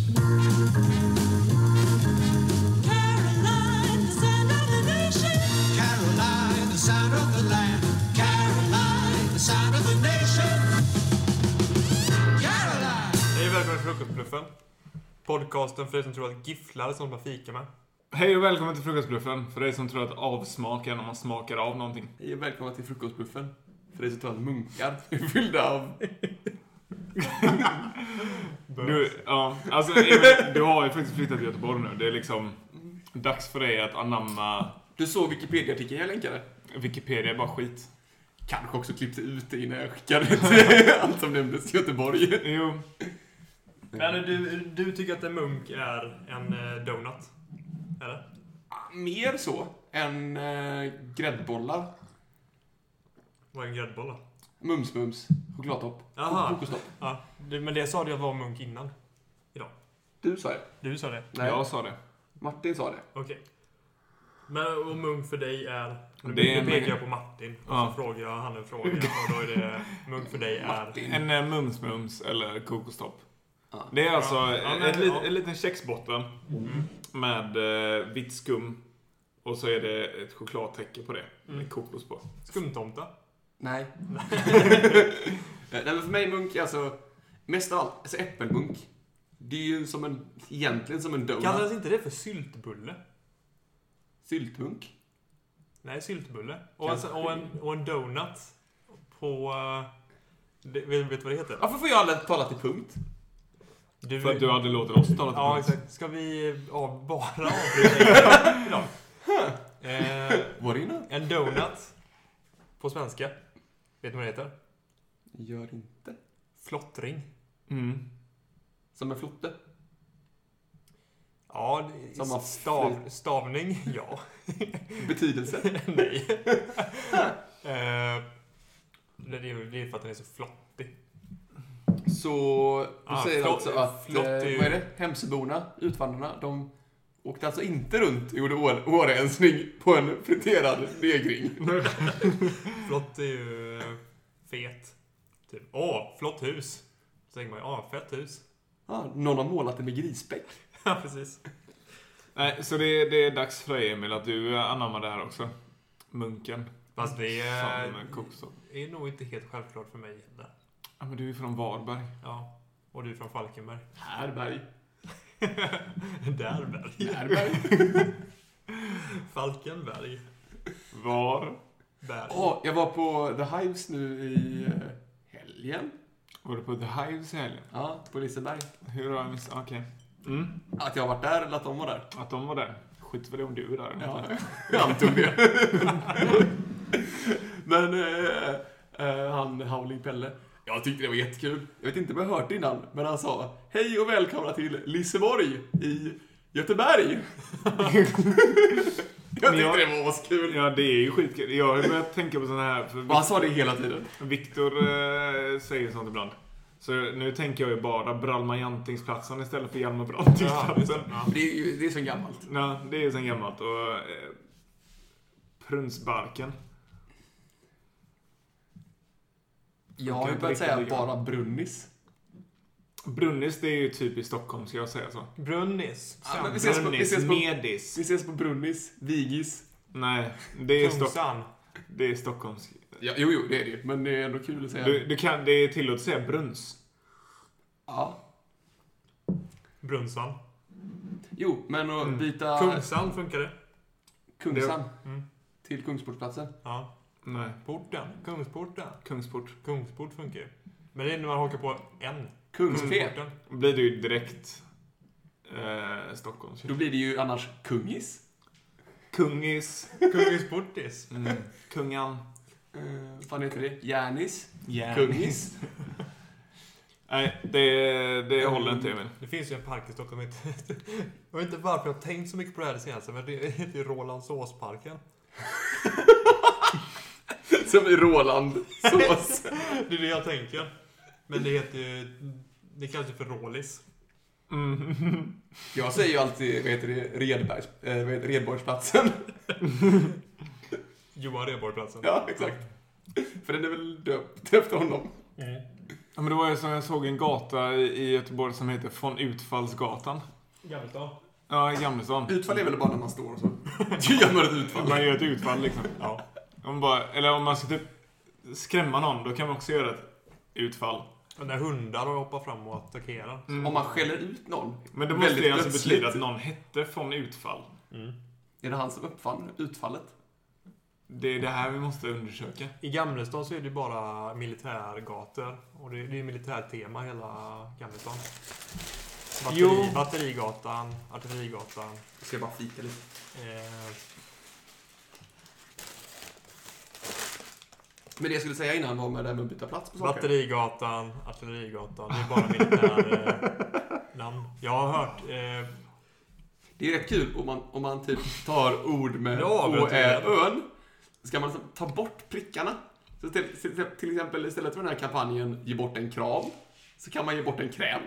Caroline, the sound of the nation. Caroline, the sound of the land. Caroline, the sound of the nation. Caroline. Hej och välkommen till Frukostbluffen. Podcasten för dig som tror att gifflar är sånt man fikar med. Hej och välkommen till Frukostbluffen. För dig som tror att avsmak är när man smakar av någonting. Hej och välkommen till Frukostbluffen. För dig som tror att munkar är fyllda av... Du har ju faktiskt flyttat till Göteborg nu. Det är liksom dags för dig att anamma... Du såg Wikipedia-artikeln jag länkade? Wikipedia är bara skit. Kanske också klippte ut det innan jag skickade till allt som nämndes i Göteborg. Jo. Men du tycker att en munk är en donut? Eller? Mer så än gräddbollar. Vad är en gräddboll då? Mums, chokladtopp, Jaha. kokostopp. Ja, men det sa du att var munk innan. Idag. Du sa det. Du sa det? Nej, Jag sa det. Martin sa det. Okej. Men och munk för dig är... Det är Nu pekar jag på Martin. Och Ja. så frågar jag han en fråga. Och då är det munk för dig är... Martin. En mums eller kokostopp. Ja. Det är alltså Ja, men, en liten kexbotten med vitt skum. Och så är det ett chokladtäcke på det. Med kokos på. Skumtomta. Nej. Nej, men för mig munk är alltså... Mest av allt, alltså äppelmunk. Det är ju egentligen som en donut. Kallas inte det för syltbulle? Syltmunk. Nej, syltbulle. Och en donut på... vet du vad det heter? Varför får jag aldrig tala till punkt? För att du hade låtit oss tala till Ja, punkt. exakt. Ska vi bara avbryta idag? Var det innan? En donut på svenska. Vet du vad det heter? Gör inte. Flottring. Mm. Som en flotte. Ja, Samma stavning, ja. Betydelse. Nej. Det är för att den är så flottig. Så du säger alltså att flott är ju... vad är det? Hemsöborna, utvandrarna, de åkte alltså inte runt och gjorde årensning på en friterad degring. Flott är ju fet. Typ, flott hus. Så tänker man, fett hus. Någon har målat det med grisbäck. Ja, precis. Nej, så det är dags för dig, Emil, att du anammar det här också. Munken. Fast det Som kokstopp. är nog inte helt självklart för mig. Där. Ja, men du är från Varberg. Ja, och du är från Falkenberg. Härberg. Därberg. Härberg. Falkenberg. Var? Berg. Jag var på The Hives nu i helgen. Var du på The Hives i helgen? Ja, på Liseberg. Hur har jag missat? Okej. Mm. Att jag har varit där eller att de var där. Att de var där. Skit för det om du är där. Ja, jag antog det. Men han Howling Pelle, jag tyckte det var jättekul. Jag vet inte om jag hört det innan, men han sa: hej och välkomna till Liseborg i Göteborg. Jag tyckte det var askul. Ja, det är ju skitkul. Jag har börjat tänka på sådana här... Och han sa det hela tiden. Victor säger sånt ibland. Så nu tänker jag ju bara Bralma Jantingsplatsen istället för Hjalmar Brantingsplatsen. Ja. Det är så gammalt. Ja, det är ju så gammalt. Och Prunsbarken. Jag har ju börjat säga bara Brunnis. Brunnis, det är ju typ i Stockholm, ska jag säga så. Brunnis. Ja, men Brunnis, Medis. Vi ses på Brunnis, Vigis. Nej, det är Kungsan. Det är Stockholms. Ja, jo, det är det. Men det är ändå kul att säga. Det är tillåtet att säga Bruns. Ja. Brunsan. Jo, men att byta Kungsan funkar det. Kungsan Mm. till Kungsportsplatsen. Ja. Nej, Porten. Kungsporten. Kungsport. Kungsport funkar ju. Men det är när man hakar på en. Kungsfe. Kungsporten. Blir det ju direkt Stockholm. Då blir det ju annars Kungis. Kungis. Kungisportis. Kungan. Vad fan heter det? Järnis. Järnis. Kungis. Nej, det håller inte, Emil. Det finns ju en park i Stockholm. Jag vet inte varför jag har tänkt så mycket på det här det senaste. Men det heter ju Rålandsåsparken. Som i Roland sås. Det är det jag tänker. Men det heter ju... Det kallas ju för Rålis. Jag säger ju alltid, vad heter det? Redborgsplatsen. Johan Rheborgplatsen. Ja, exakt. För den är väl döpt efter honom. Ja, men det var ju som jag såg en gata i Göteborg som heter von Utfallsgatan. Gammelstad. Ja, i Gamlestan. Utfall är väl bara när man står och så. Gör man ett utfall. Man gör ett utfall liksom. Ja. Eller om man ska typ skrämma någon, då kan man också göra ett utfall. Och när hundar hoppar fram och attackerar. Om man skäller ut någon. Men det måste väldigt ju alltså plötsligt. betyda att någon hette von Utfall. Är det han som uppfann utfallet? Det är det här vi måste undersöka. I Gamlestad så är det bara militärgator. Och det är ju militärtema hela Gamlestad. Batterigatan, Artillerigatan. Jag ska bara fika lite. Men det jag skulle säga innan var med det här med att byta plats på saker. Batterigatan, Artillerigatan. Det är bara militär namn. Jag har hört... Det är rätt kul om man typ tar ord med Ja, å, ä, ön. Ska man liksom ta bort prickarna. Så till exempel istället för den här kampanjen ge bort en krav, så kan man ge bort en kräm.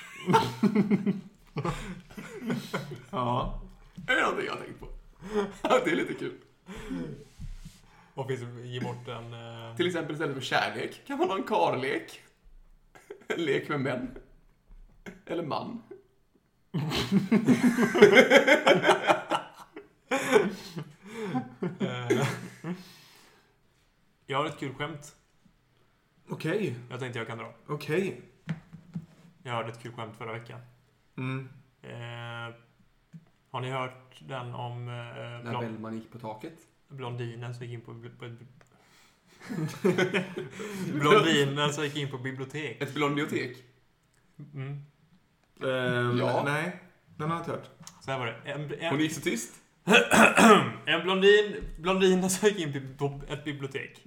Ja. Det är någonting jag har tänkt på. Det är lite kul. Vad finns det? Ge bort en... Till exempel istället för kärlek kan man ha en karlek. En lek med män. Eller man. Jag har ett kul skämt. Okej. Jag tänkte jag kan dra. Okej. Jag hörde ett kul skämt förra veckan. Har ni hört den om När Bellman gick på taket. blondinen som gick in på blondinen som gick in på bibliotek? Ett blondiotek. Mm. Ja. Nej, den har jag inte hört. Så här var det. Hon gick så tyst. En blondin som gick in på ett bibliotek.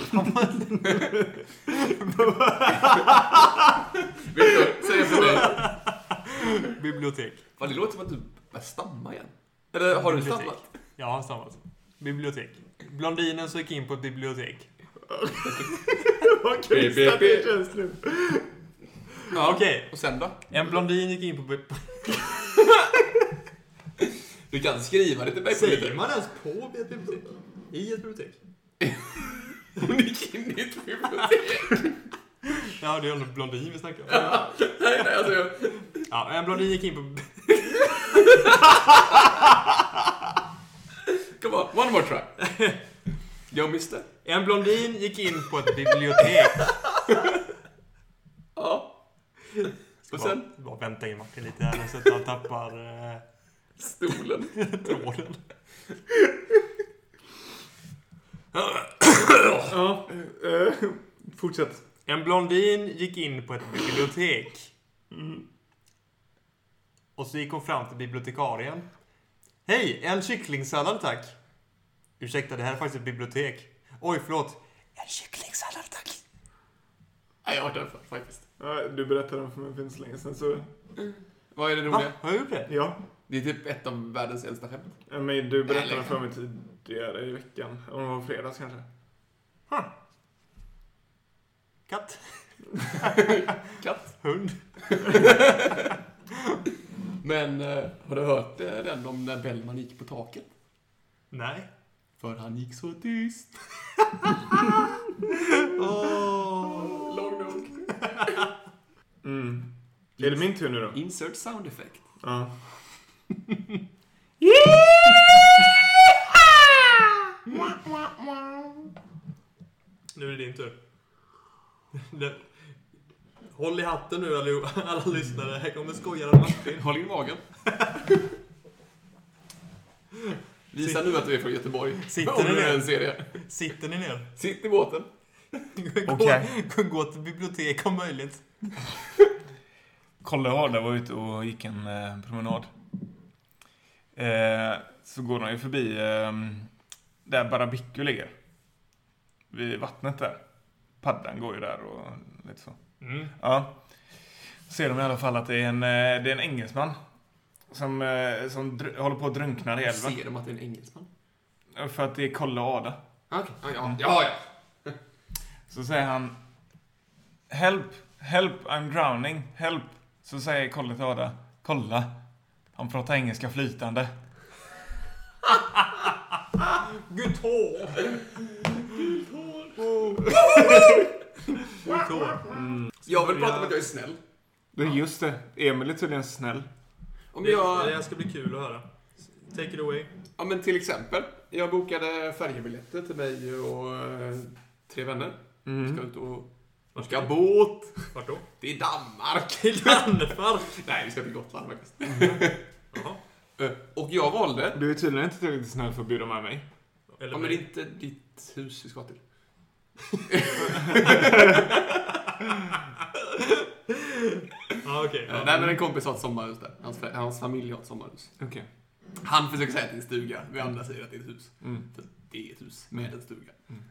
Victor, säg efter mig. Bibliotek. Fan, det låter som att du börjar stamma igen. Eller har du Bibliotek. stammat? Ja, jag har stammat. Bibliotek. Blondinen som gick in på ett bibliotek. Vad krystat det känns nu. Ja, Okej. Och sen då? En blondin gick in på... Du kan skriva det till mig på Säger lite. man ens på ett bibliotek? I ett bibliotek? Hon gick in i ett bibliotek. Ja, det är en blondin vi snackar om. Nej, alltså jag... Ja, en blondin gick in på... Come on, one more try. Jag missade. En blondin gick in på ett bibliotek. Ja. Och sen? Bara vänta in Martin lite här så att han tappar Stolen. tråden. Ja, fortsätt. En blondin gick in på ett bibliotek. Och så gick hon fram till bibliotekarien. Hej, en kycklingsallad tack. Ursäkta, det här är faktiskt ett bibliotek. Oj, förlåt. En kycklingsallad tack. Nej, jag har hört den faktiskt. Ja, du berättade den för mig för inte så länge sedan, så... Vad är det Va? roliga? Har jag gjort det? Ja. Det är typ ett av världens äldsta skämt. Men du berättade den för mig tidigare i veckan. Om det var fredags kanske. Katt. Katt. Hund. Men har du hört den om när Bellman gick på taket? Nej. För han gick så tyst. Lång nog. Är det min tur nu då? Insert sound effect. Ja. Nu är det din tur. Håll i hatten nu alla lyssnare. Här kommer skojaren Martin. Håll in magen. Visa nu att du är från Göteborg. Sitter Om ni du ner? ens ser det. Sitter ni ner? Sitt i båten. Gå till bibliotek om möjligt. Kolle och Arda var ute och gick en promenad. Så går de ju förbi där Barabicku ligger. Vid vattnet där. Paddan går ju där och lite så. Ja. Ser de i alla fall att det är en engelsman som håller på att drunkna i älven. Ser de att det är en engelsman? För att det är Kolle och Arda. Okej. Ja. Så säger han: Help, I'm drowning, help. Så säger Kolle till Arda: kolla, han pratar engelska flytande. Good hår. Jag vill prata om att jag är snäll. Det är just det. Emil är tydligen snäll. Om Det jag... ska bli kul att höra. Take it away. Ja, men till exempel. Jag bokade färjebiljetter till mig och 3 vänner. Mm. Ska ut och åka båt. Vart då? Det är Danmark. Till Landefall. Nej, vi ska till Gotland faktiskt. Jaha. Och jag valde... Du är tydligen inte tillräckligt snäll för att bjuda med mig. Eller Ja, men det är inte ditt hus vi ska till. okej. Nej, men en kompis har ett sommarhus där. Hans familj har ett sommarhus. Okej. Han försöker säga att det är en stuga. Vi andra säger att det är ett hus. Mm. För det är ett hus med en stuga.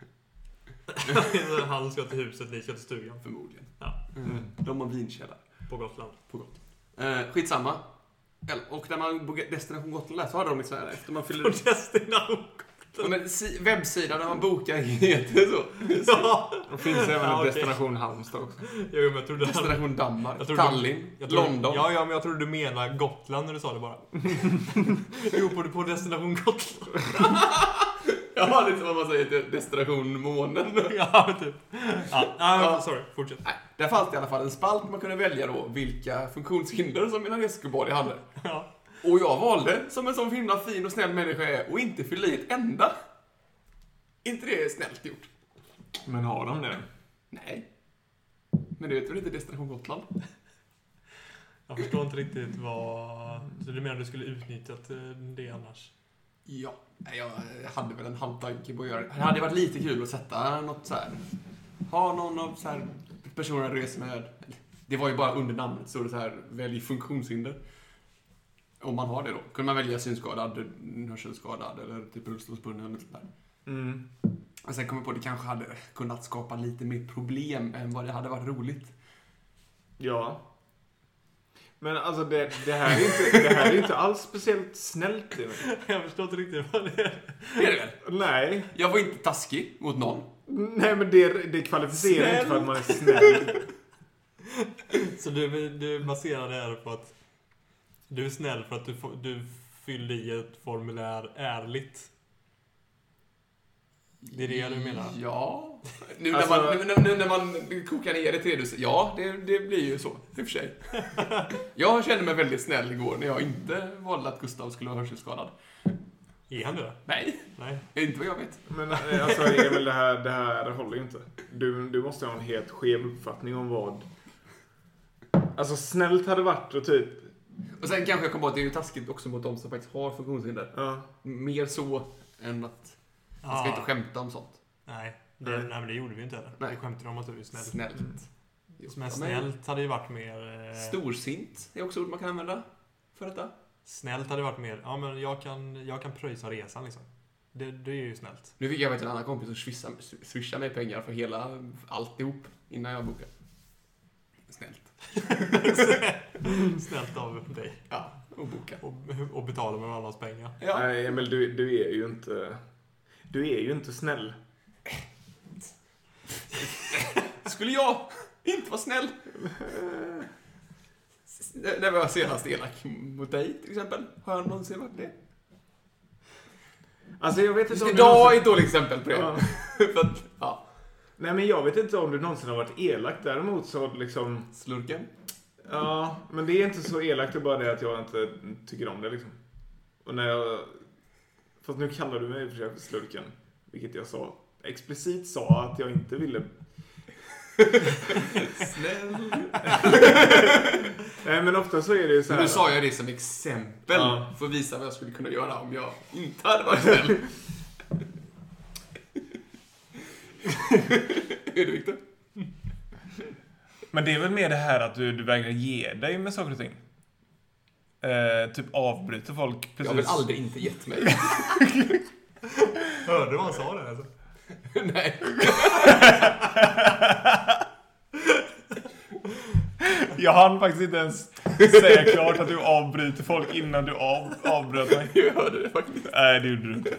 Han ska till huset, ni ska till stugan. Förmodligen. Ja. De har vinkällare På Gotland. på Gotland. Skitsamma. Och när man bokar Destination Gotland där så har de liksom här efter man fyller... På Destination. Ja, men webbsidan där man bokar heter så. Ja. Och finns även en okej. Destination Halmstad också. Jo, men jag trodde Destination Danmark, Jag trodde- Tallinn, jag trodde- London. Ja, men jag trodde du menar Gotland när du sa det bara. Jo, på Destination Gotland. Ja, det är som man säger till Destination Månen. Ja, typ. Ja, sorry. Fortsätt. Nej, där fanns det i alla fall en spalt man kunde välja då vilka funktionshinder som mina resgubbar hade. Ja. Och jag valde, som en sån himla fin och snäll människa är, och inte fylla i ett enda. Inte det är snällt gjort? Men har de det? Nej. Men det vet väl inte Destination Gotland? Jag förstår inte riktigt vad... Så du menar att du skulle utnyttjat det annars? Ja, jag hade väl en halvtanke på att göra det. Det hade varit lite kul att sätta något så här. Ha någon av så här personer jag reser med. Det var ju bara under namnet så det så här, välj funktionshinder. Om man har det då. Kunde man välja synskadad, hörselskadad eller typ rullstolsbunden eller sånt där. Mm. Och sen kom jag på att det kanske hade kunnat skapa lite mer problem än vad det hade varit roligt. Ja. Men alltså det här är inte alls speciellt snällt. Jag förstår inte riktigt vad det är. Det är det väl? Nej. Jag var inte taskig mot någon. Nej, men det kvalificerar Snäll. inte för att man är snäll. Så du baserar det här på att du är snäll för att du fyllde i ett formulär ärligt. Det är det du menar? Ja. Nu Alltså- när man kokar ner det till det. Ja, det blir ju så. I och för sig. Jag kände mig väldigt snäll igår när jag inte valde att Gustav skulle vara hörselskadad. Är han det? Nej, Nej. inte vad jag vet. Men alltså Emil, det här håller ju inte. Du måste ha en helt skev uppfattning om vad... Alltså snällt hade varit och typ... Och sen kanske jag kom på att det är ju taskigt också mot de som faktiskt har funktionshinder. Ja. Mer så än att man ska inte skämta om sånt. Nej, nej, men det gjorde vi inte heller. Nej. Vi skämtade om att du är snäll. Snällt. Men snällt hade ju varit mer... Storsint är också ord man kan använda för detta. Snällt hade varit mer... Ja, men jag kan pröjsa resan liksom. Det är ju snällt. Nu fick jag till en annan kompis som swishar mig pengar för hela alltihop innan jag bokar. Snällt. Snällt av dig. Ja, och boka. Och betala med annans pengar. Ja. Nej, Emil, du är ju inte... Du är ju inte snäll. Skulle jag inte vara snäll? När var jag senast elak mot dig, till exempel? Har jag någonsin varit det? Alltså jag vet inte om Idag är ett dåligt exempel på det. Ja. För att, ja. Nej, men jag vet inte om du någonsin har varit elak. Däremot så liksom... Slurken. Ja, men det är inte så elakt, det är bara det att jag inte tycker om det liksom. Och när jag... Fast nu kallar du mig för slurken. Vilket jag sa. Explicit sa att jag inte ville... Snäll. Nej, men ofta så är det ju så här... Nu sa jag det som exempel. Ja. För att visa vad jag skulle kunna göra om jag inte hade varit snäll. Är det Victor? Men det är väl mer det här att du vägrar ge dig med saker och ting. Typ avbryter folk precis. Jag har väl aldrig inte gett mig. Hörde du vad han sa där alltså? Nej. Jag hann faktiskt inte ens säga klart att du avbryter folk innan du avbröt mig. Jag hörde det faktiskt. Nej, det gjorde du inte.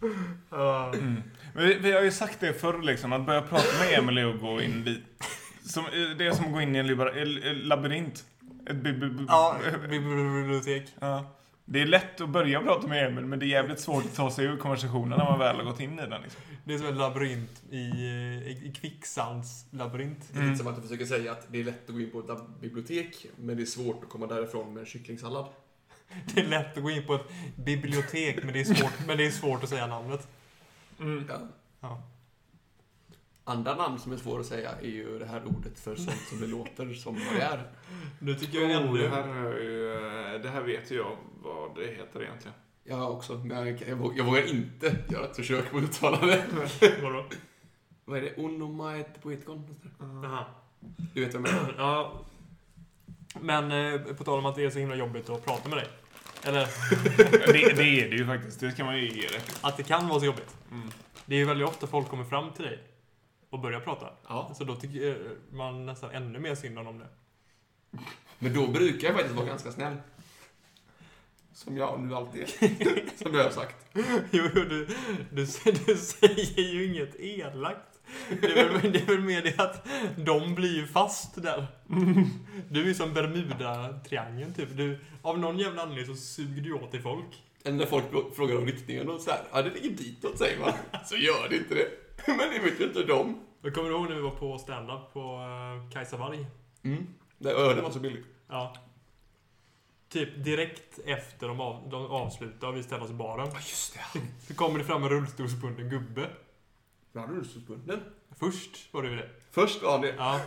Men vi har ju sagt det förr liksom, att börja prata med Emily och gå in dit. Det är som att gå in i en labyrint. Ja, bibliotek. Ja. Det är lätt att börja prata med Emil, men det är jävligt svårt att ta sig ur konversationen när man väl har gått in i den. Liksom. Det är som en labyrint i kvicksandslabyrint. Det är lite som att du försöker säga att det är lätt att gå in på ett bibliotek, men det är svårt att komma därifrån med en kycklingsallad. Det är lätt att gå in på ett bibliotek, men det är svårt att säga namnet. Ja. Ja. Andra namn som är svåra att säga är ju det här ordet för sånt som det låter som vad det är. Nu tycker jag ändå... det här vet jag vad det heter egentligen. Jag också, men jag vågar inte göra ett försök på att uttala det. Vadå? Vad är det? Onomait poetikon? Aha. Du vet vad jag menar? Ja. Men på tal om att det är så himla jobbigt att prata med dig. Eller Det är det ju faktiskt, det ska man ju ge det. att det kan vara så jobbigt. Det är ju väldigt ofta folk kommer fram till dig och börjar prata. Ja. Så då tycker man nästan ännu mer synd om det. Men då brukar jag faktiskt vara ganska snäll. Som jag nu alltid är. Som jag har sagt. Jo, du säger ju inget elakt. Det är väl mer det att de blir ju fast där. Du är ju som Bermuda-triangeln typ. Av någon jävla anledning så suger du åt till folk. Eller när folk frågar om riktningen och så här, ja det ligger ditåt säger man. Så gör det inte det. Men det vet ju inte de. Jag kommer ihåg när vi var på stand-up på Kajsa Varg. Där ölen var så billig. Ja. Typ direkt efter de avslutar och vi ställer oss i baren. Ja just det. Så kommer det fram en rullstolsbunden gubbe. Var du rullstolsbunden? Först var det ju det. Först var det. Ja.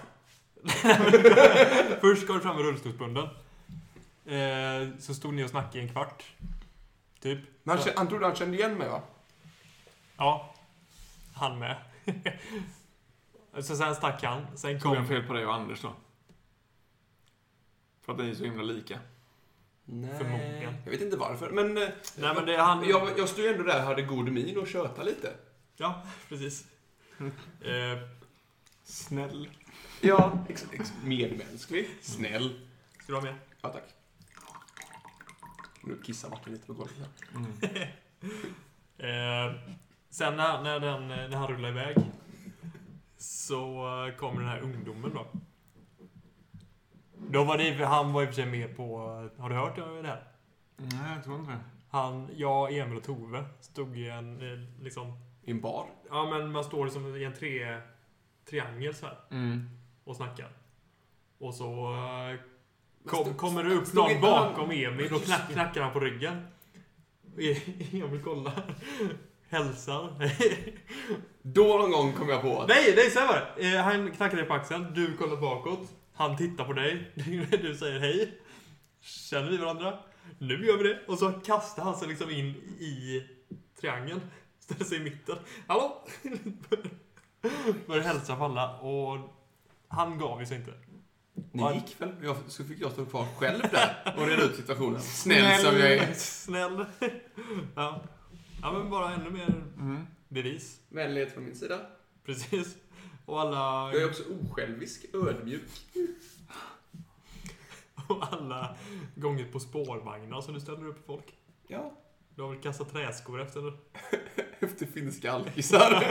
Först kom det fram en rullstolsbunden. Så stod ni och snackade i en kvart. Typ. Men han trodde han kände igen mig va? Ja. Han med. Så sen stack han. Sen Tog kom... han fel på dig och Anders då? För att ni är så himla lika. Nej. Förmodligen. Jag vet inte varför. Men, Nej, men det är han... jag stod ju ändå där och hade god min och köta lite. Ja, precis. Snäll. Ja, medmänsklig. Snäll. Ska du ha med? Ja, tack. Nu kissar vatten lite på golvet här. Sen när han rullar iväg så kommer den här ungdomen då. Då var det, han var i och för sig med på... Har du hört det här? Nej, jag tror inte det. Jag, Emil och Tove stod i en liksom... I en bar. Ja, men man står liksom i en triangel så här och snackar. Och så kommer det upp någon bakom Emil och knackar han på ryggen. Emil kollar. Hälsar. Då någon gång kom jag på. Nej, så här var det. Han knackar dig på axeln. Du kollar bakåt. Han tittar på dig. Du säger hej. Känner vi varandra? Nu gör vi det. Och så kastar han sig liksom in i triangeln. Ställer sig i mitten. Hallå? Börjar hälsa på alla. Och han gav ju sig inte. Ni gick väl? Så fick jag stå kvar själv där och reda ut situationen. Snäll som jag är. Snäll. Ja, men bara ännu mer bevis. Vänlighet från min sida. Precis. Och alla... Jag är också osjälvisk, ödmjuk. Och alla gånger på spårvagnar som du ställer upp för folk. Ja. Du har väl kastat träskor efter? Efter finska alkisar.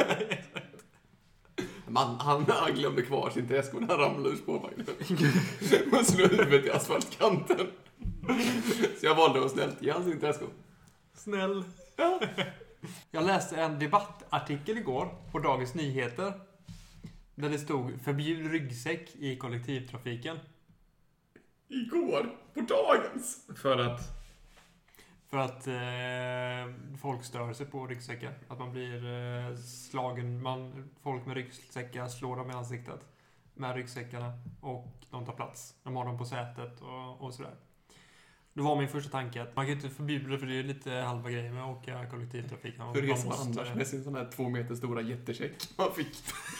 Han glömde kvar sin träsko när han ramlade ur spårvagnen. Och slog huvudet i asfaltkanten. Så jag valde att snällt ge han sin träsko. Snäll. Ja. Jag läste en debattartikel igår på Dagens Nyheter. Där det stod förbjud ryggsäck i kollektivtrafiken. Igår? På dagens? För att... För att folk stör sig på ryggsäckar. Att man blir slagen. Folk med ryggsäckar slår dem i ansiktet med ryggsäckarna. Och de tar plats. De har dem på sätet och sådär. Det var min första tanke att man kan inte förbjuda det för det är lite halva grejer med att åka kollektivtrafik. Hur reser man annars med sin sån här 2 meter stora jättesäck man fick?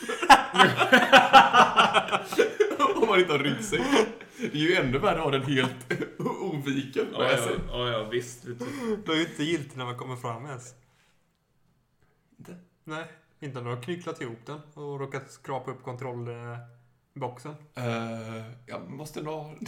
Om man inte har ryggsäck. Det är ju ännu värre att ha den helt oviken. Ja, visst. Vet du. Det är ju inte giltigt när man kommer fram ens. Inte? Nej, inte när du har knycklat ihop den och råkat skrapa upp kontrollboxen. Jag måste nog ha...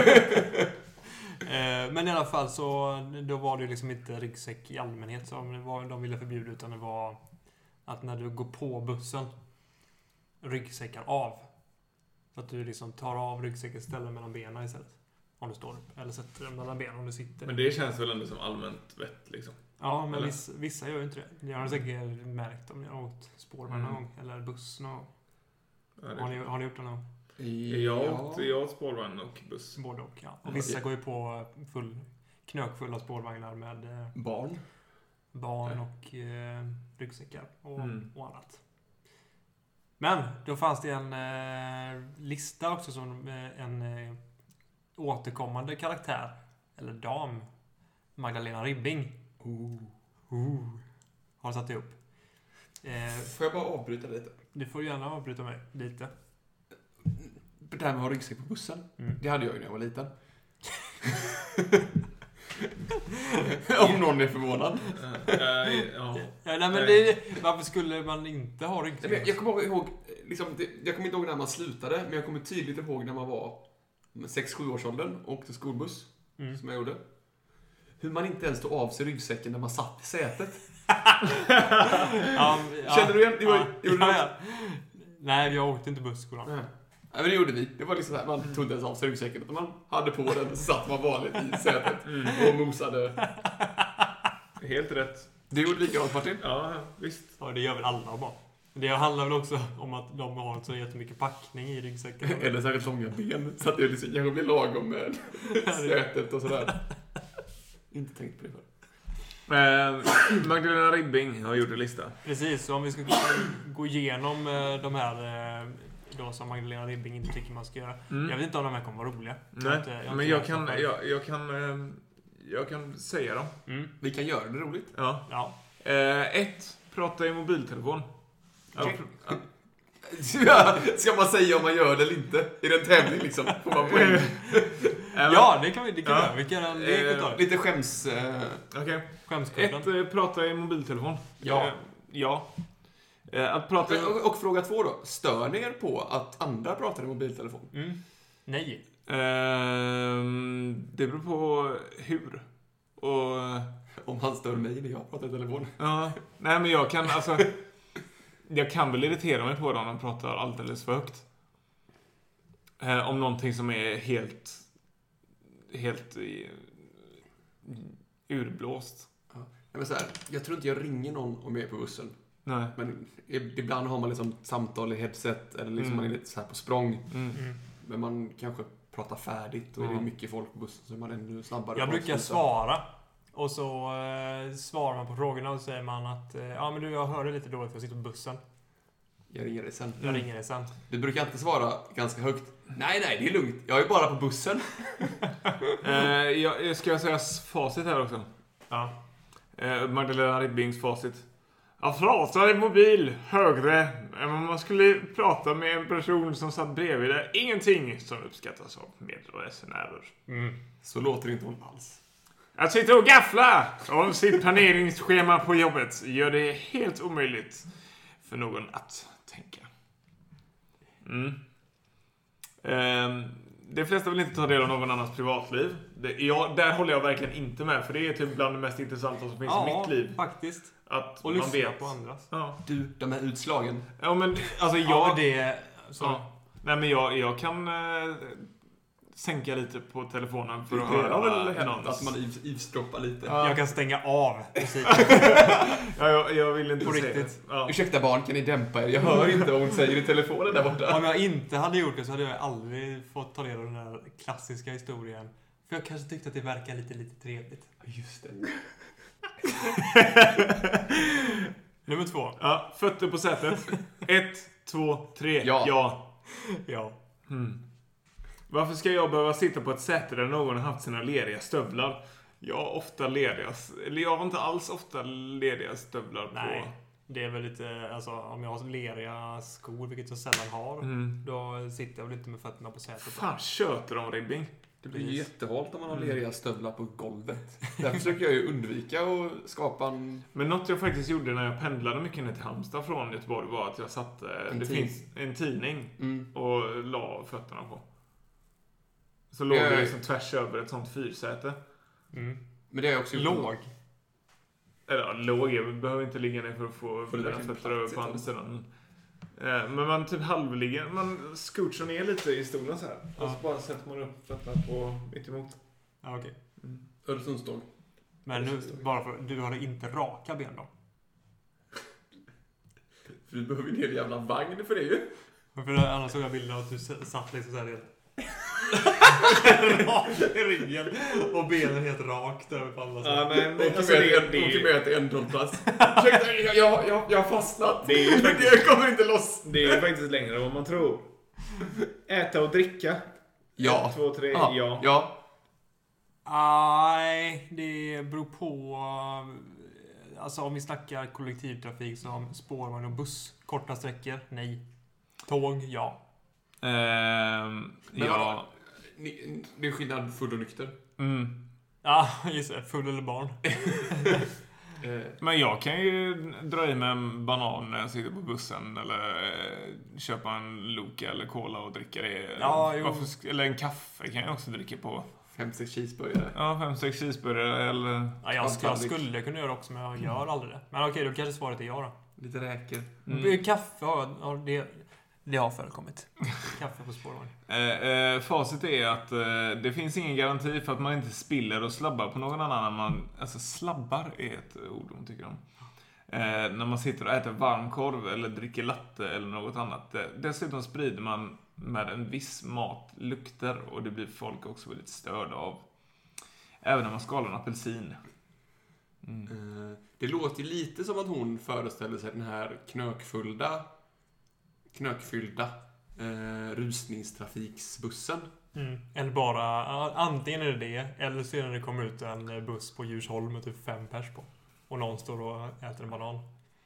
Men i alla fall så då var det liksom inte ryggsäck i allmänhet som de ville förbjuda, utan det var att när du går på bussen ryggsäckar av. Så att du liksom tar av ryggsäcken och ställer mellan benen istället. om du står upp. Eller sätter dig mellan benen om du sitter. Men det känns väl ändå som allmänt vett liksom. Ja, men eller? vissa gör ju inte det. Jag har säkert märkt om jag har åkt spårvagn någon gång. Eller buss någon gång. Ja, Har ni gjort det någon gång? jag har åkt spårvagn och buss. Både och, ja. Och vissa går ju på knökfulla spårvagnar med barn och ryggsäckar och annat. Men då fanns det en lista också som en återkommande karaktär, eller dam, Magdalena Ribbing. Har satt ihop. Får jag bara avbryta lite? Du får gärna avbryta mig lite. Det här med att ha ryggsäck på bussen. Det hade jag ju när jag var liten. Om någon är förvånad. Nej, men varför skulle man inte ha ryggsäck? Jag kommer ihåg, liksom, jag kommer inte ihåg när man slutade, men jag kommer tydligt ihåg när man var 6-7 års åldern och åkte skolbuss, som jag gjorde. Hur man inte ens tog av sig ryggsäcken när man satt i sätet. Känner du igen? Nej, jag åkte inte busskolan. Nej, men det gjorde vi. Det var liksom så här, man tog inte ens av sig ryggsäcken, utan man hade på den, så satt man vanligt i sätet och mosade. Helt rätt. Det gjorde likadant, Martin. Ja, visst. Ja, det gör väl alla barn. Det handlar väl också om att de har så jättemycket packning i ryggsäcken. Eller särskilt långa ben, så att det liksom kanske blir lagom med sätet och sådär. Inte tänkt på det förr. Magdalena Ribbing har gjort en lista. Precis, så om vi ska gå igenom de här då som Magdalena Ribbing inte tycker man ska göra. Jag vet inte om de här kommer vara roliga. Nej, men jag kan säga dem. Vi kan göra det roligt. Ja. 1. Prata i mobiltelefon. Okay. Ska man säga om man gör det eller inte? Är det en tävling liksom? Får man poäng? Ja, det kan vi göra. Vi kan lite skäms... Okej. Skämskudden. 1. Prata i mobiltelefon. Ja. Att prata... Och fråga 2 då. Stör ni er på att andra pratar i mobiltelefon? Nej. Det beror på hur. Och... Om han stör mig när jag pratar i telefon. Ja. Nej, men jag kan alltså... Jag kan väl irritera mig på dem när de pratar alldeles för högt. Om någonting som är helt urblåst. Ja. Men så här, jag tror inte jag ringer någon om jag är på bussen. Nej. Men ibland har man liksom samtal i headset eller liksom man är lite så här på språng. Men man kanske pratar färdigt och är det mycket folk på bussen så är man ännu snabbare. Jag brukar svara. Och så svarar man på frågorna och säger man att ja men du, jag hörde lite dåligt för jag sitter på bussen. Jag ringer dig sen. Du brukar inte svara ganska högt. Nej, det är lugnt. Jag är bara på bussen. Ska jag säga facit här också? Ja. Magdalena Ribbings facit. Jag pratar i mobil högre än om man skulle prata med en person som satt bredvid där. Ingenting som uppskattas av medresenärer. Så låter det inte hon alls. Att sitta och gaffla om sitt planeringsschema på jobbet gör det helt omöjligt för någon att tänka. De flesta vill inte ta del av någon annans privatliv. Där håller jag verkligen inte med, för det är typ bland det mest intressanta som finns i mitt liv. Faktiskt. Att och man vet på andras. Ja. Du, de här utslagen. Ja, men alltså Nej, men jag kan sänka lite på telefonen för att höra någon. Att man ivstroppar lite. Ja. Jag kan stänga av musiken. jag vill inte på se riktigt. Ja. Ursäkta barn, kan ni dämpa er? Jag hör inte vad hon säger i telefonen där borta. Om jag inte hade gjort det så hade jag aldrig fått ta del av den här klassiska historien. För jag kanske tyckte att det verkar lite trevligt. Just det. Nummer 2. Ja, fötter på sätet. 1, 2, 3. Ja. Varför ska jag behöva sitta på ett säte där någon har haft sina lediga stövlar? Jag har inte alls ofta lediga stövlar på. Nej, det är väl lite, alltså om jag har leriga skor, vilket jag sällan har, då sitter jag väl inte med fötterna på sätet. Fan, köter de Ribbing? Det blir ju jättehalt om man har leriga stövlar på golvet. Därför försöker jag ju undvika att skapa en... Men något jag faktiskt gjorde när jag pendlade mycket ner till Halmstad från Göteborg var att jag satte finns en tidning och la fötterna på. Så låg det liksom tvärs över ett sånt fyrsäte. Men det är också låg. Eller låg, jag behöver inte ligga ner för att få mina fötter över på andra sidan. Men man typ halvligger. Man scoochar ner lite i stolen så här. Ja. Och så bara sätter man upp fötterna på mitt emot. Ja, okej. Öresundsstång. Men nu, bara för du har inte raka ben då? För du behöver en hel jävla vagn för det ju. För annars såg jag bilder av att du satt liksom såhär helt rakt i ryggen och benen helt rakt över på andra sidan. Nej, men Åker med till en hållplats. Ursäkta, jag har fastnat. Det är ju faktiskt, Jag kommer inte loss. det är ju faktiskt längre än vad man tror. Äta och dricka. Ja. 1, 2, 3, ja. Ja. Nej, det beror på. Alltså om vi snackar kollektivtrafik som spårvagn och buss. Korta sträckor, nej. Tåg, ja. Ja. Det är skillnad full och nykter. Ja, just det. Full eller barn. Men jag kan ju dra i mig en banan när jag sitter på bussen. Eller köpa en Loka eller cola och dricka det. Ja, jo. Eller en kaffe kan jag också dricka på. 5-6 cheeseburgare. Ja, 5-6 cheeseburgare eller... Ja, jag skulle kunna göra också, men jag gör aldrig det. Men okej, då kanske svaret är ja då. Lite räker. Kaffe, ja, det har förekommit. Kaffe på spårvagn. Facit är att det finns ingen garanti för att man inte spiller och slabbar på någon annan. Alltså slabbar är ett ord de tycker om. När man sitter och äter varmkorv eller dricker latte eller något annat. Dessutom sprider man med en viss mat lukter och det blir folk också väldigt störda av. Även när man skalar en apelsin. Det låter lite som att hon föreställer sig den här knökfyllda rusningstrafiksbussen. Eller bara, antingen är det eller så är det kommer ut en buss på Djursholm med typ 5 pers på. Och någon står och äter en banan.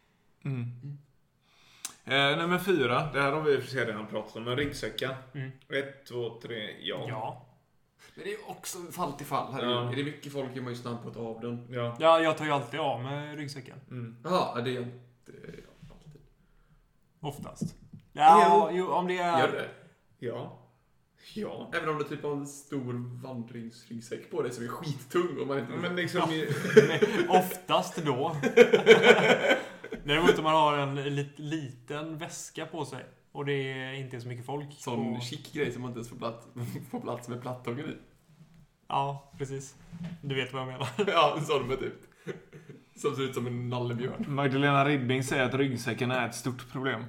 Nummer 4, det här har vi för sig redan pratat om, en ryggsäcka. 1, 2, 3, ja. Men det är också fall till fall här. Ja. Är det mycket folk är man ju stampat av den. Ja, jag tar ju alltid av med ryggsäcken. Ja, det är inte alltid. Oftast. Ja, jo, om det är... Gör det? Ja. Även om det typ har en stor vandringsryggsäck på dig som är skittung och man inte... Men liksom... Oftast då. Däremot om man har en liten väska på sig och det är inte så mycket folk. Sån chic grej som man inte ens får plats med plattången i. Ja, precis. Du vet vad jag menar. Ja, en sån med typ. Som ser ut som en nallebjörn. Magdalena Ribbing säger att ryggsäcken är ett stort problem.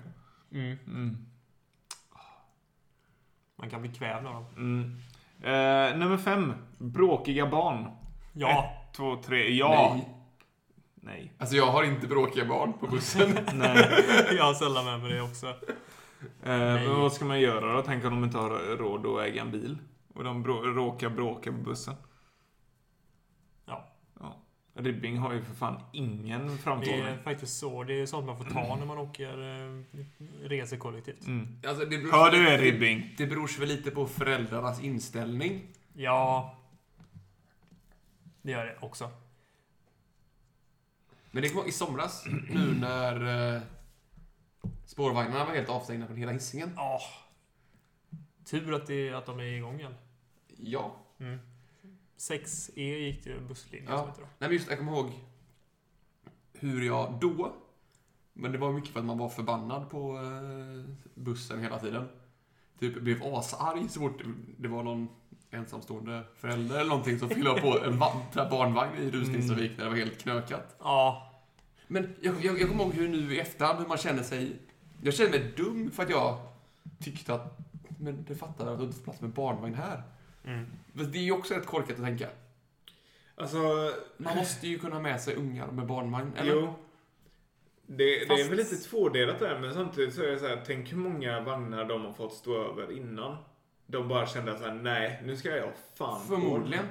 Man kan bli kvävd av dem. Nummer 5. Bråkiga barn. Ja. 1, 2, 3, ja. Nej. Alltså jag har inte bråkiga barn på bussen. Nej. Jag har sällan med mig det också. Men vad ska man göra då? Tänk om de inte har råd att äga en bil. Och de råkar bråka på bussen. Ja. Ribbing har ju för fan ingen framtagning. Det är faktiskt så. Det är sånt man får ta när man åker resor kollektivt. Alltså, det beror Hör du Ribbing? Det beror väl lite på föräldrarnas inställning. Ja. Det gör det också. Men det kom i somras, nu när spårvagnarna var helt avstängda från hela Hisingen. Tur att de är igång igen. Ja. 6E gick det busslinjen som heter då. Nej, men just jag kommer ihåg hur jag då, men det var mycket för att man var förbannad på bussen hela tiden. Typ blev asarg så fort det var någon ensamstående förälder eller någonting som fyllde på en barnvagn i rusningstrafik när det var helt knökat. Ja. Men jag kommer ihåg hur nu i efterhand hur man känner sig. Jag känner mig dum för att jag tyckte att men det fattar att du inte får plats med barnvagn här. Men det är ju också rätt korkat att tänka. Alltså, man måste ju kunna ha med sig ungar med barnvagn, eller? Jo. Det är väl lite tvådelat där, men samtidigt så är det så här, tänk hur många vagnar de har fått stå över innan. De bara kände så här, nej, nu ska jag fan. Förmodligen.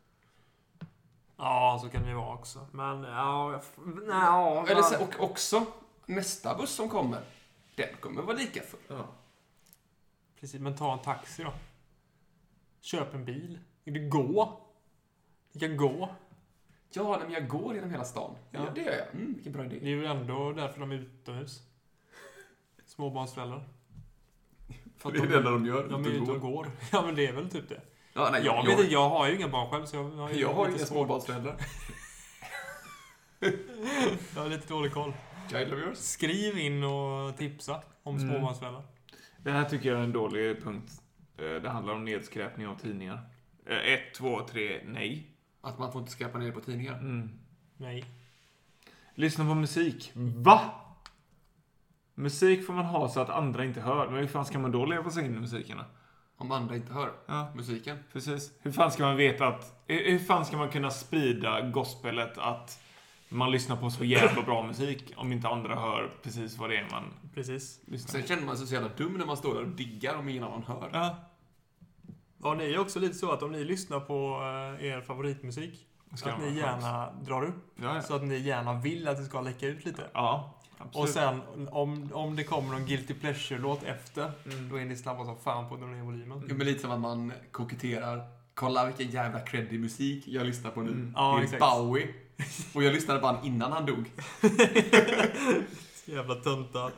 Ja, så kan det vara också. Men Eller så, och också nästa buss som kommer, den kommer vara lika full. Ja. Precis, men ta en taxi då. Köp en bil. Det gå. Det kan gå. Ja, men jag går genom hela stan. Ja, det gör jag. Vilken bra idé. Det är ju ändå därför de är utomhus. Småbarnsföräldrar. För det är det enda de gör. De är ute och går. Ja, men det är väl typ det. Ja, nej, jag har ju inga barn själv, så jag har inga småbarnsföräldrar. Jag har lite dålig koll. Child of yours. Skriv in och tipsa om småbarnsföräldrar. Det här tycker jag är en dålig punkt. Det handlar om nedskräpning av tidningar. 1, 2, 3, nej. Att man får inte skräpa ner på tidningar. Nej. Lyssna på musik. Va? Musik får man ha så att andra inte hör. Men hur fan ska man då leva sig in i musikerna? Om andra inte hör musiken. Precis. Hur fan ska man veta att... Hur fan ska man kunna sprida gospelet att man lyssnar på så jävla bra musik om inte andra hör precis vad det är man lyssnar Sen på? känner man sig så jävla dum när man står där och diggar om ingen annan hör. Ja. Ja, ni är också lite så att om ni lyssnar på er favoritmusik att ni gärna drar upp. Ja. Så att ni gärna vill att det ska läcka ut lite. Ja, absolut. Och sen om det kommer någon Guilty Pleasure-låt efter, då är ni snabba som fan på att dra ner volymen. Jo, men lite som att man koketterar. Kolla vilken jävla creddig musik jag lyssnar på nu. Ja, det är exakt. Bowie. Och jag lyssnade på han innan han dog. Jävla töntar.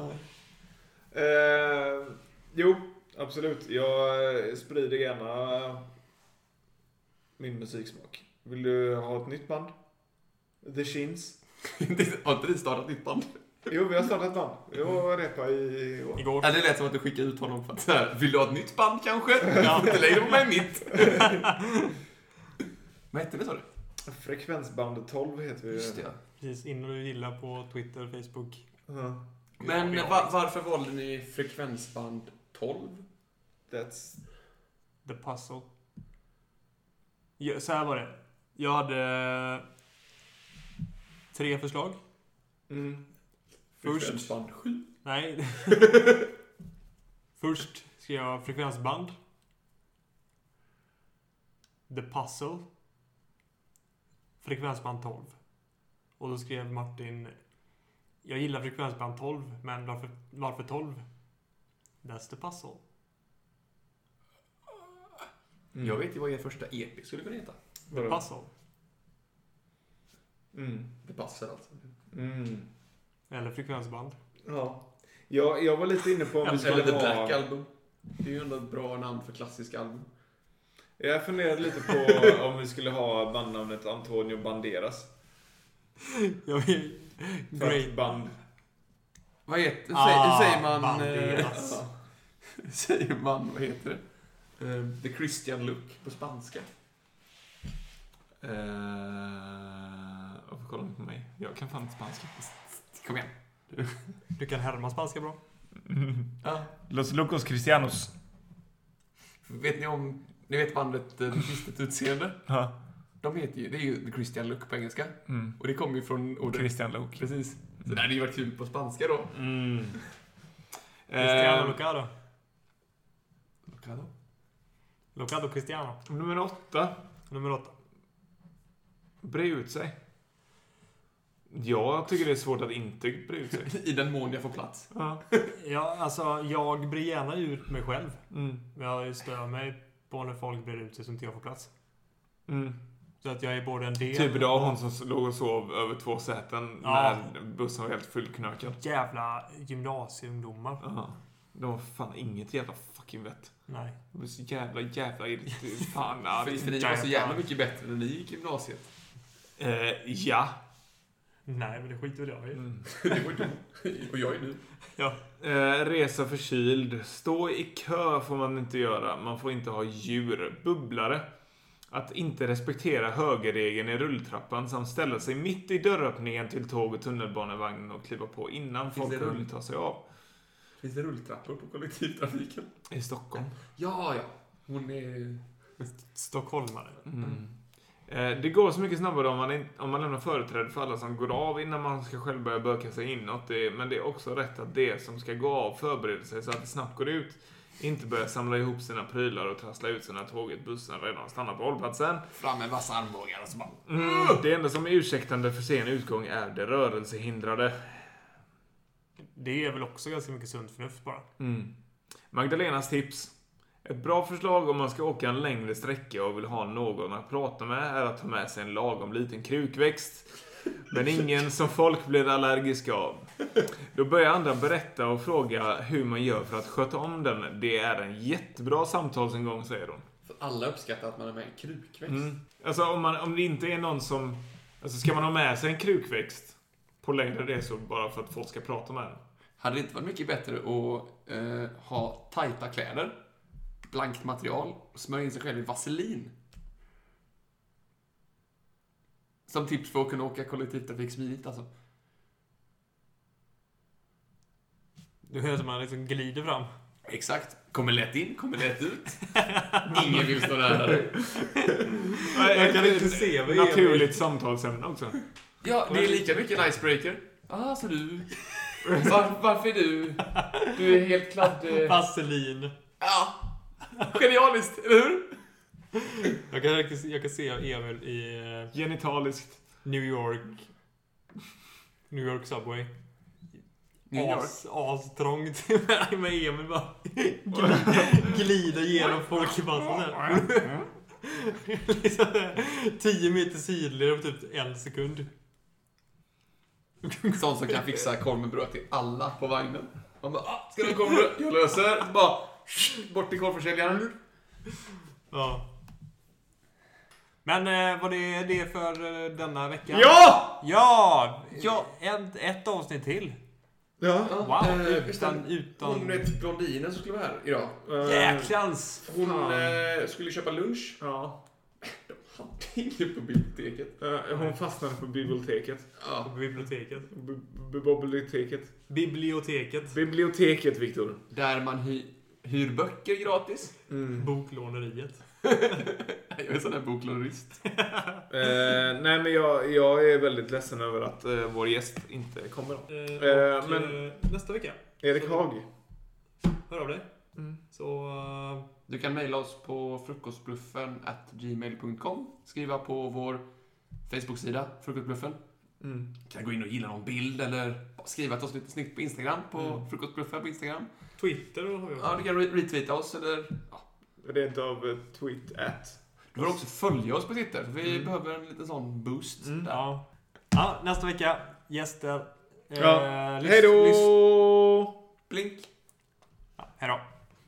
Jo, absolut. Jag sprider gärna min musiksmak. Vill du ha ett nytt band? The Shins. Har inte ni startat nytt band? Jo, vi har startat ett band. Jag repade i år. Igår. Ja, det lät som att du skickade ut honom för att så här, vill du ha ett nytt band kanske? Ja, inte lägger på mig mitt. Vad hette det, sa du? Frekvensband 12 heter vi. Just det. Precis, in och gilla på Twitter, Facebook. Men varför valde ni frekvensband 12? That's... The Puzzle. Ja, så här var det. Jag hade 3 förslag. Först... Frekvensband 7? Nej. Först ska jag ha frekvensband. The Puzzle. Frekvensband 12. Och då skrev Martin: jag gillar frekvensband 12, men varför 12? That's the puzzle. Jag vet ju vad er första EP skulle kunna heta. The Puzzle. Det passar alltså. Eller frekvensband. Ja. Jag var lite inne på om vi Eller skulle The ha... Black Album. Det är ju ändå ett bra namn för klassiska album. Jag funderade lite på om vi skulle ha bandnamnet Antonio Banderas. Jag vet. Great band. Vad heter hur säger man... Banderas. Säger man, vad heter det? The Christian Look på spanska. Varför kollar ni på mig? Jag kan fan inte spanska. Kom igen. Du kan härma spanska bra. Ja. Los Locos Cristianos. Vet ni om... Ni vet bandet Kristet utseende? Ja. De heter ju... Det är ju The Christian Look på engelska. Och det kommer ju från ordet... Christian Look. Precis. Så det hade ju varit kul på spanska då. Cristiano Locado. Locado? Locado Cristiano. Nummer 8. Nummer 8. Bre ut sig. Jag tycker det är svårt att inte bre ut sig. I den mån jag får plats. Ja. Ja, alltså jag brer gärna ut mig själv. Men jag stör mig på när folk brer ut sig som inte jag får plats. Så att jag är både en del... Typ idag hon som låg och sov över 2 säten när bussen var helt fullknökad. Jävla gymnasieungdomar. Ja. De har fan inget jävla fucking vett. Nej. De är så jävla fan. För ni var så jävla mycket bättre när ni gick i gymnasiet. Ja. Nej, men det skiter väl jag i. Det var du. Och jag är nu. Ja. Resa förkyld. Stå i kö får man inte göra. Man får inte ha djur. Bubblare. Att inte respektera högerregeln i rulltrappan samt ställa sig mitt i dörröppningen till tåg- och tunnelbanevagnen och kliva på innan folk har hunnit ta sig av. Finns det rulltrappor på kollektivtrafiken? I Stockholm. Ja. Hon är... Stockholmare. Det går så mycket snabbare om man lämnar företräde för alla som går av innan man ska själv börja böka sig inåt. Men det är också rätt att det som ska gå av förbereder sig så att det snabbt går ut. Inte börja samla ihop sina prylar och trassla ut sina tåget bussen redan stannar på hållplatsen. Fram med vassa armbågar och så bara... Det enda som är ursäktande för sen utgång är det rörelsehindrade. Det är väl också ganska mycket sunt förnuft bara. Magdalenas tips. Ett bra förslag om man ska åka en längre sträcka och vill ha någon att prata med är att ta med sig en lagom liten krukväxt. Men ingen som folk blir allergiska av. Då börjar andra berätta och fråga hur man gör för att sköta om den. Det är en jättebra samtalsingång, säger hon. För alla uppskattar att man är med en krukväxt. Alltså om det inte är någon som... Alltså ska man ha med sig en krukväxt på längre resor bara för att folk ska prata med en. Hade det inte varit mycket bättre att ha tajta kläder, blankt material och smörja in sig själv i vaselin? Som tips för att kunna åka kollektivtrafik smidigt alltså. Du hör som man liksom glider fram. Exakt. Kommer lätt in, kommer lätt ut. Ingen vill stå nära dig. Jag kan inte se vad naturligt samtalsämne också. Ja, det är lika mycket en icebreaker. Så du... Varför är du... Du är helt kladd... Vaselin. Ja. Genialiskt, eller hur? Jag kan se Emil i Genitaliskt. New York Subway. New York. Astrångt med Emil bara glider genom folk i massan. Liksom 10 meter sidled på typ 1 sekund. Sån som kan fixa korv med bröd till alla på vagnen. Man bara, ska du ha korv med bröd? Jag löser. Så bara, bort till korvförsäljaren. Ja. Men var det för denna vecka? Ja! Ja! Ett avsnitt till. Ja. Wow, Hon utan... vet blondinen som skulle vara här idag. Jäklans! Hon skulle köpa lunch. Ja. De hade inget på biblioteket. Hon fastnade på biblioteket. Ja. Biblioteket. Biblioteket, Viktor. Där man hyr böcker gratis. Boklåneriet. Jag är sån där boklånerist. Nej, men jag är väldigt ledsen över att vår gäst inte kommer. Men nästa vecka. Erik Haag. Hör av dig. Så... Du kan mejla oss på frukostbluffen@gmail.com. Skriva på vår Facebook-sida, Frukostbluffen. Kan gå in och gilla någon bild eller skriva till oss lite snyggt på Instagram, på Frukostbluffen på Instagram. Twitter har vi också. Ja, du kan retweeta oss eller... Ja. Det är inte av tweet at. Du får också följa oss på Twitter, för vi behöver en liten sån boost. Ja, nästa vecka. Gäster. Hej då! Blink. Hej då.